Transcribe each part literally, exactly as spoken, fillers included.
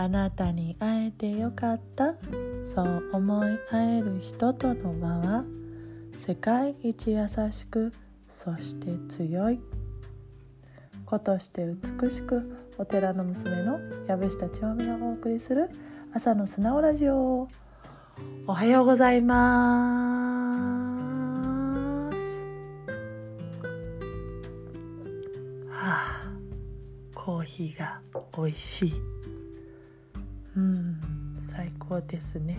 あなたに会えてよかった、そう思い合える人との輪は世界一優しく、そして強い。子として美しく、お寺の娘の藪下千代美がお送りする朝の素直ラジオ。おはようございます。はあ、コーヒーが美味しい。うん、最高ですね。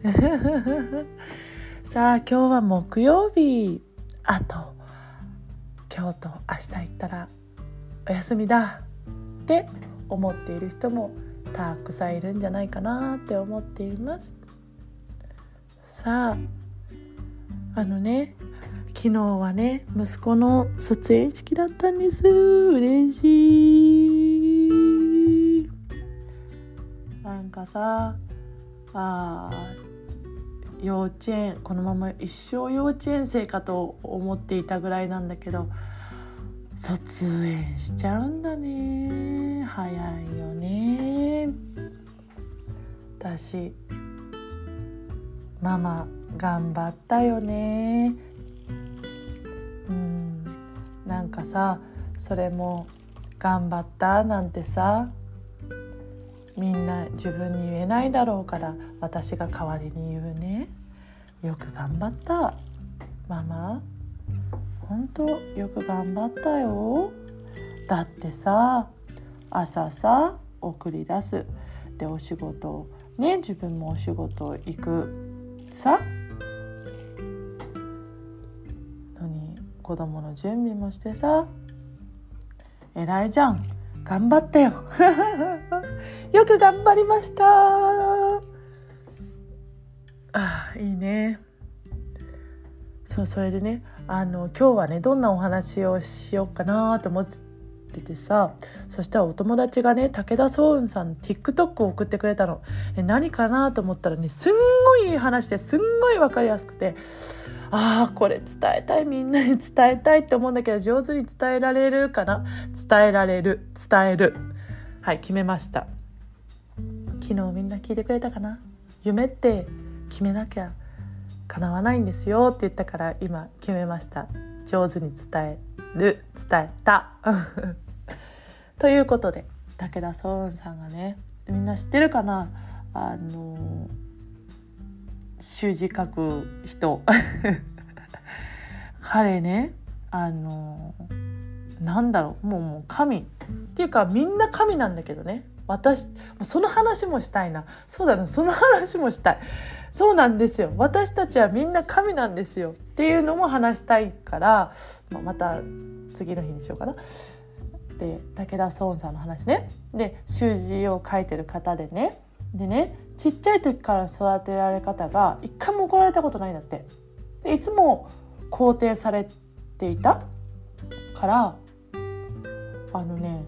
さあ、今日は木曜日。あと今日と明日行ったらお休みだって思っている人もたくさんいるんじゃないかなって思っています。さあ、あのね、昨日はね、息子の卒園式だったんです。嬉しい。なんかさ、あ幼稚園、このまま一生幼稚園生かと思っていたぐらいなんだけど、卒園しちゃうんだね。早いよね。私ママ頑張ったよね。うん、なんかさ、それも頑張ったなんてさ、みんな自分に言えないだろうから、私が代わりに言うね。よく頑張ったママ、本当よく頑張ったよ。だってさ、朝さ送り出す、でお仕事ね、自分もお仕事行くさのに、子供の準備もしてさ、偉いじゃん、頑張ったよ。よく頑張りました。ああ、いいね。そう、それでね、あの今日はね、どんなお話をしようかなと思っててさ、そしたらお友達がね、武田壮雲さんの TikTok を送ってくれたの。え何かなと思ったらね、すんごいいい話ですんごい分かりやすくて、ああ、これ伝えたい、みんなに伝えたいって思うんだけど、上手に伝えられるかな。伝えられる、伝える、はい、決めました。昨日みんな聞いてくれたかな。夢って決めなきゃ叶わないんですよって言ったから、今決めました。上手に伝える、伝えた。ということで、武田壮雲さんがね、みんな知ってるかな、あの習字書く人。彼ね、あのなんだろう、もうもう神っていうか、みんな神なんだけどね。私その話もしたいな。そうだな、その話もしたい。そうなんですよ、私たちはみんな神なんですよっていうのも話したいから、まあ、また次の日にしようかな。で、武田壮雲さんの話ね。で、習字を書いてる方でね、でね、ちっちゃい時から育てられ方が一回も怒られたことないんだって。で、いつも肯定されていたから、あのね、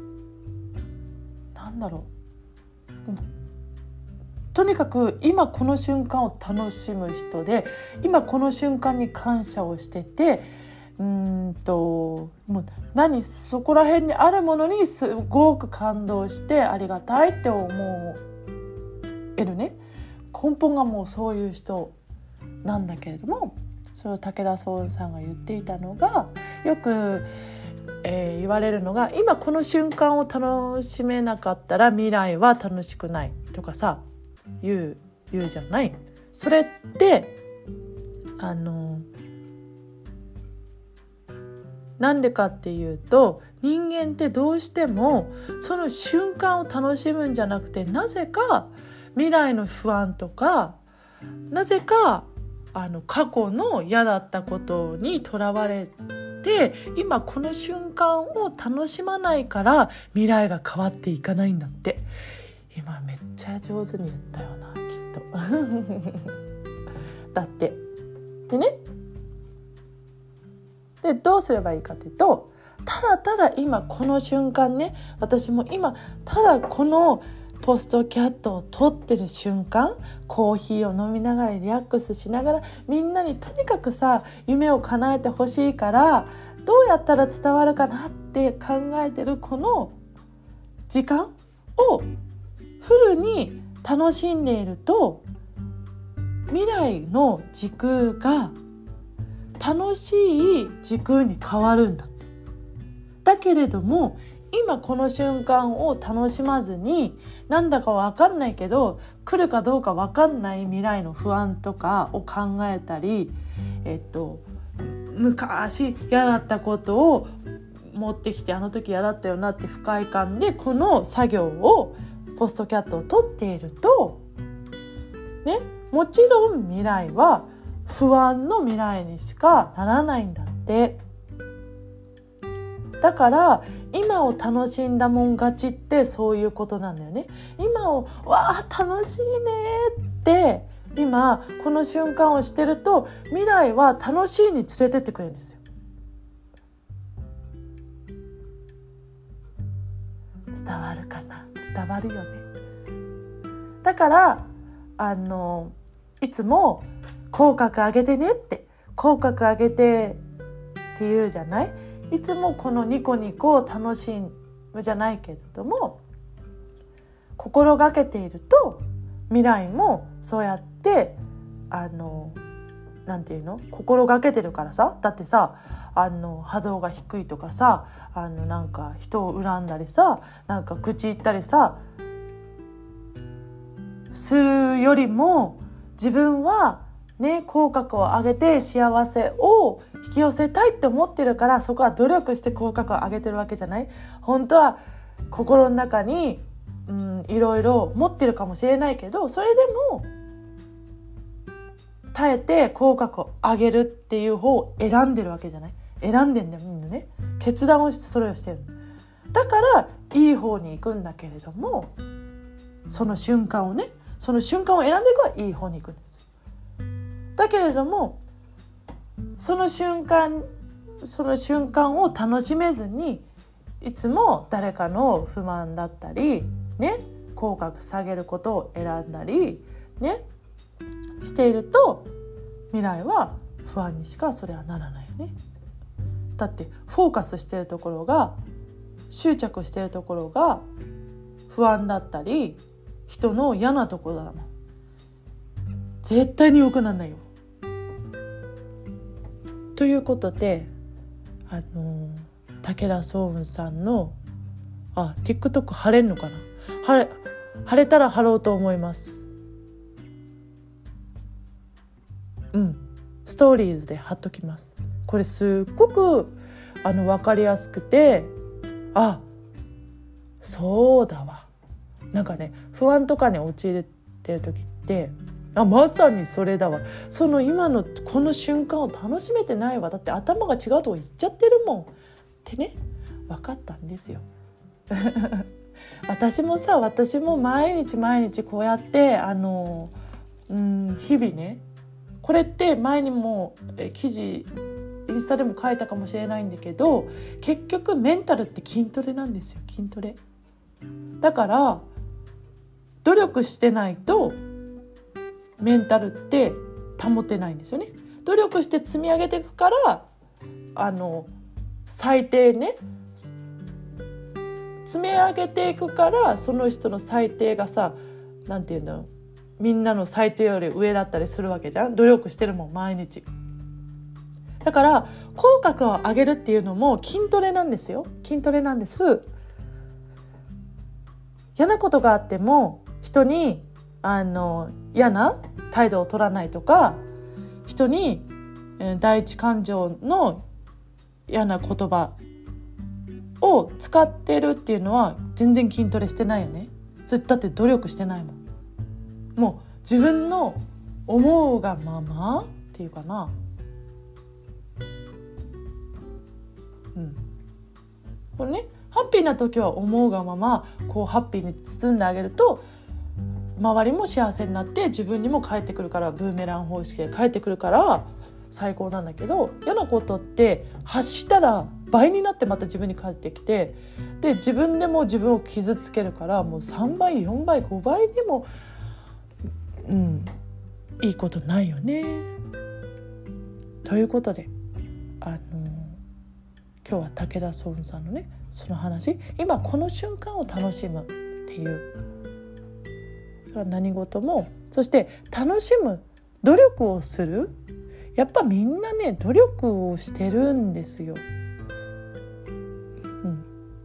なんだろう、とにかく今この瞬間を楽しむ人で、今この瞬間に感謝をしてて、うーんともう何そこら辺にあるものにすごく感動してありがたいって思えるね、根本がもうそういう人なんだけれども、それを武田壮雲さんが言っていたのが、よくえー、言われるのが、今この瞬間を楽しめなかったら未来は楽しくないとかさ、言う言うじゃない。それってあのなんでかっていうと、人間ってどうしてもその瞬間を楽しむんじゃなくて、なぜか未来の不安とか、なぜかあの過去の嫌だったことにとらわれて、で今この瞬間を楽しまないから未来が変わっていかないんだって。今めっちゃ上手に言ったよな、きっと。だってでね、でどうすればいいかというと、ただただ今この瞬間ね、私も今ただこのポストキャットを撮ってる瞬間、コーヒーを飲みながらリラックスしながら、みんなにとにかくさ夢を叶えてほしいから、どうやったら伝わるかなって考えてるこの時間をフルに楽しんでいると未来の時空が楽しい時空に変わるんだって。だけれども今この瞬間を楽しまずに、なんだか分かんないけど来るかどうか分かんない未来の不安とかを考えたり、えっと昔嫌だったことを持ってきて、あの時嫌だったよなって不快感でこの作業をポストキャットを取っているとね、もちろん未来は不安の未来にしかならないんだって。だから今を楽しんだもん勝ちってそういうことなんだよね。今をわあ楽しいねって今この瞬間をしてると未来は楽しいに連れてってくれるんですよ。伝わるかな？伝わるよね。だからあのいつも口角上げてねって、口角上げてって言うじゃない。いつもこのニコニコを楽しむじゃないけれども、心がけていると未来もそうやってあのなんていうの、心がけてるからさ。だってさ、あの波動が低いとかさ、あのなんか人を恨んだりさ、なんか愚痴言ったりさするよりも、自分はね、口角を上げて幸せを引き寄せたいって思ってるから、そこは努力して口角を上げてるわけじゃない。本当は心の中に、うん、いろいろ持ってるかもしれないけど、それでも耐えて口角を上げるっていう方を選んでるわけじゃない。選んでんだよみんなね。決断をしてそれをしてる。だからいい方に行くんだけれども、その瞬間をね、その瞬間を選んでいくからいい方に行くんです。だけれどもその瞬間その瞬間を楽しめずに、いつも誰かの不満だったりね、口角下げることを選んだりねしていると、未来は不安にしかそれはならないよね。だってフォーカスしてるところが、執着してるところが不安だったり人の嫌なところだもん。絶対に良くならないよ。ということで、あの武田壮雲さんのあ TikTok 貼れんのかな、貼れ貼れたら貼ろうと思います。うんストーリーズで貼っときます。これすっごくあの分かりやすくて、あそうだわ、なんかね不安とかに陥れてる時って、あまさにそれだわ、その今のこの瞬間を楽しめてないわ、だって頭が違うとこ行っちゃってるもんってね、分かったんですよ私もさ私も毎日毎日こうやってあの、うん、日々ね、これって前にもえ記事インスタでも書いたかもしれないんだけど、結局メンタルって筋トレなんですよ。筋トレだから努力してないとメンタルって保てないんですよね。努力して積み上げていくから、あの最低ね積み上げていくから、その人の最低がさ、なんていうの、みんなの最低より上だったりするわけじゃん。努力してるもん毎日。だから口角を上げるっていうのも筋トレなんですよ。筋トレなんです。嫌なことがあっても人にあの嫌な態度を取らないとか、人に第一感情の嫌な言葉を使ってるっていうのは全然筋トレしてないよね。それだって努力してないもん。もう自分の思うがままっていうかな、うんこれね、ハッピーな時は思うがままこうハッピーに包んであげると、周りも幸せになって自分にも返ってくるから、ブーメラン方式で返ってくるから最高なんだけど、嫌なことって発したら倍になってまた自分に返ってきて、で自分でも自分を傷つけるから、もうさんばいよんばいごばいでもうんいいことないよね。ということで、あの今日は武田壮雲さんのねその話、今この瞬間を楽しむっていうは何事も、そして楽しむ、努力をする。やっぱみんなね努力をしてるんですよ。うん、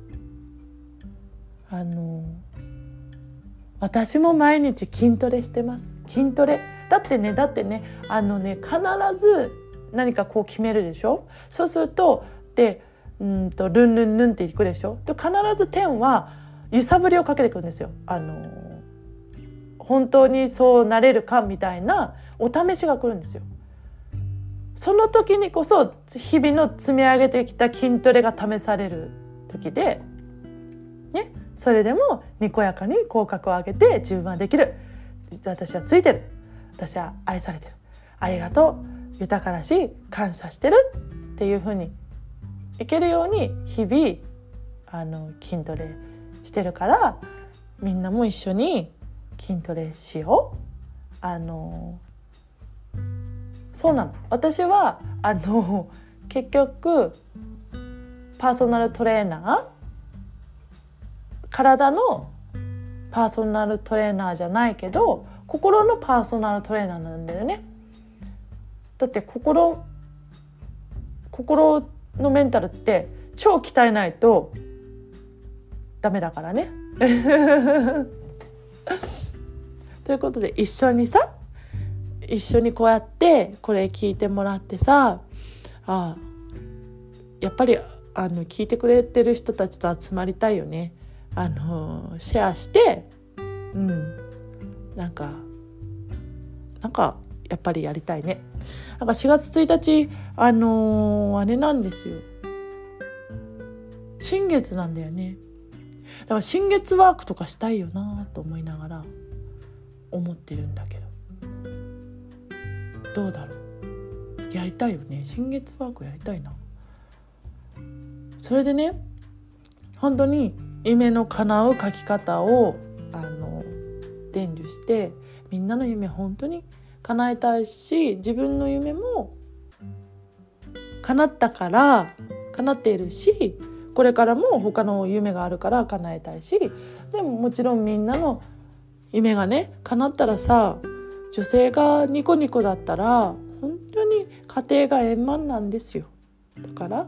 あの私も毎日筋トレしてます。筋トレだってねだってねあのね必ず何かこう決めるでしょ。そうするとでうんとルンルンルンっていくでしょ。で必ず天は揺さぶりをかけてくるんですよ。あの本当にそうなれるかみたいなお試しが来るんですよ。その時にこそ日々の積み上げてきた筋トレが試される時で、ね、それでもにこやかに口角を上げて自分はできる、実は私はついてる、私は愛されてる、ありがとう、豊かだし感謝してるっていう風にいけるように日々あの筋トレしてるから、みんなも一緒に筋トレしよう。あのそうなの。私はあの結局パーソナルトレーナー、体のパーソナルトレーナーじゃないけど心のパーソナルトレーナーなんだよね。だって心心のメンタルって超鍛えないとダメだからねということで一緒にさ一緒にこうやってこれ聞いてもらってさ、あやっぱりあの聞いてくれてる人たちと集まりたいよね。あのシェアしてうんなんかなんかやっぱりやりたいね。なんかしがつついたちあのー、あれなんですよ、新月なんだよね。だから新月ワークとかしたいよなと思いながら思ってるんだけど、どうだろう、やりたいよね。新月ワークやりたいな。それでね本当に夢の叶う書き方をあの伝授して、みんなの夢本当に叶えたいし、自分の夢も叶ったから叶っているし、これからも他の夢があるから叶えたいし、でももちろんみんなの夢がね叶ったらさ、女性がニコニコだったら本当に家庭が円満なんですよ。だから、うん、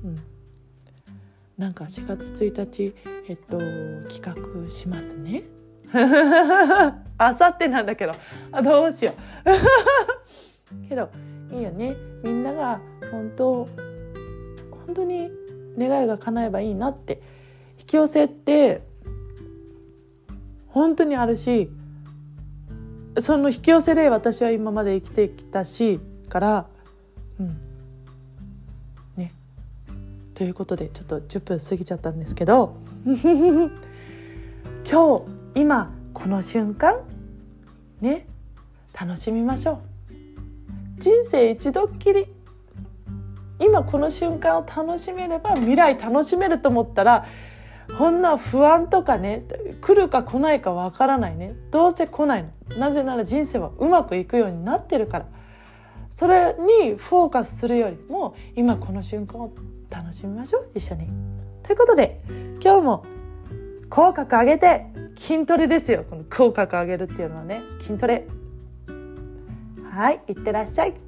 なんかしがつついたちえっと企画しますねあさってなんだけど、あどうしようけどいいよね。みんなが本当本当に願いが叶えばいいなって。引き寄せって本当にあるし、その引き寄せで私は今まで生きてきたしからうんねということでちょっとじゅっぷん過ぎちゃったんですけど今日今この瞬間ね楽しみましょう。人生一度っきり、今この瞬間を楽しめれば未来楽しめると思ったら、こんな不安とかね来るか来ないかわからないね。どうせ来ないの。なぜなら人生はうまくいくようになってるから。それにフォーカスするよりも今この瞬間を楽しみましょう、一緒に。ということで今日も口角上げて筋トレですよ。この口角上げるっていうのはね筋トレ。はい、いってらっしゃい。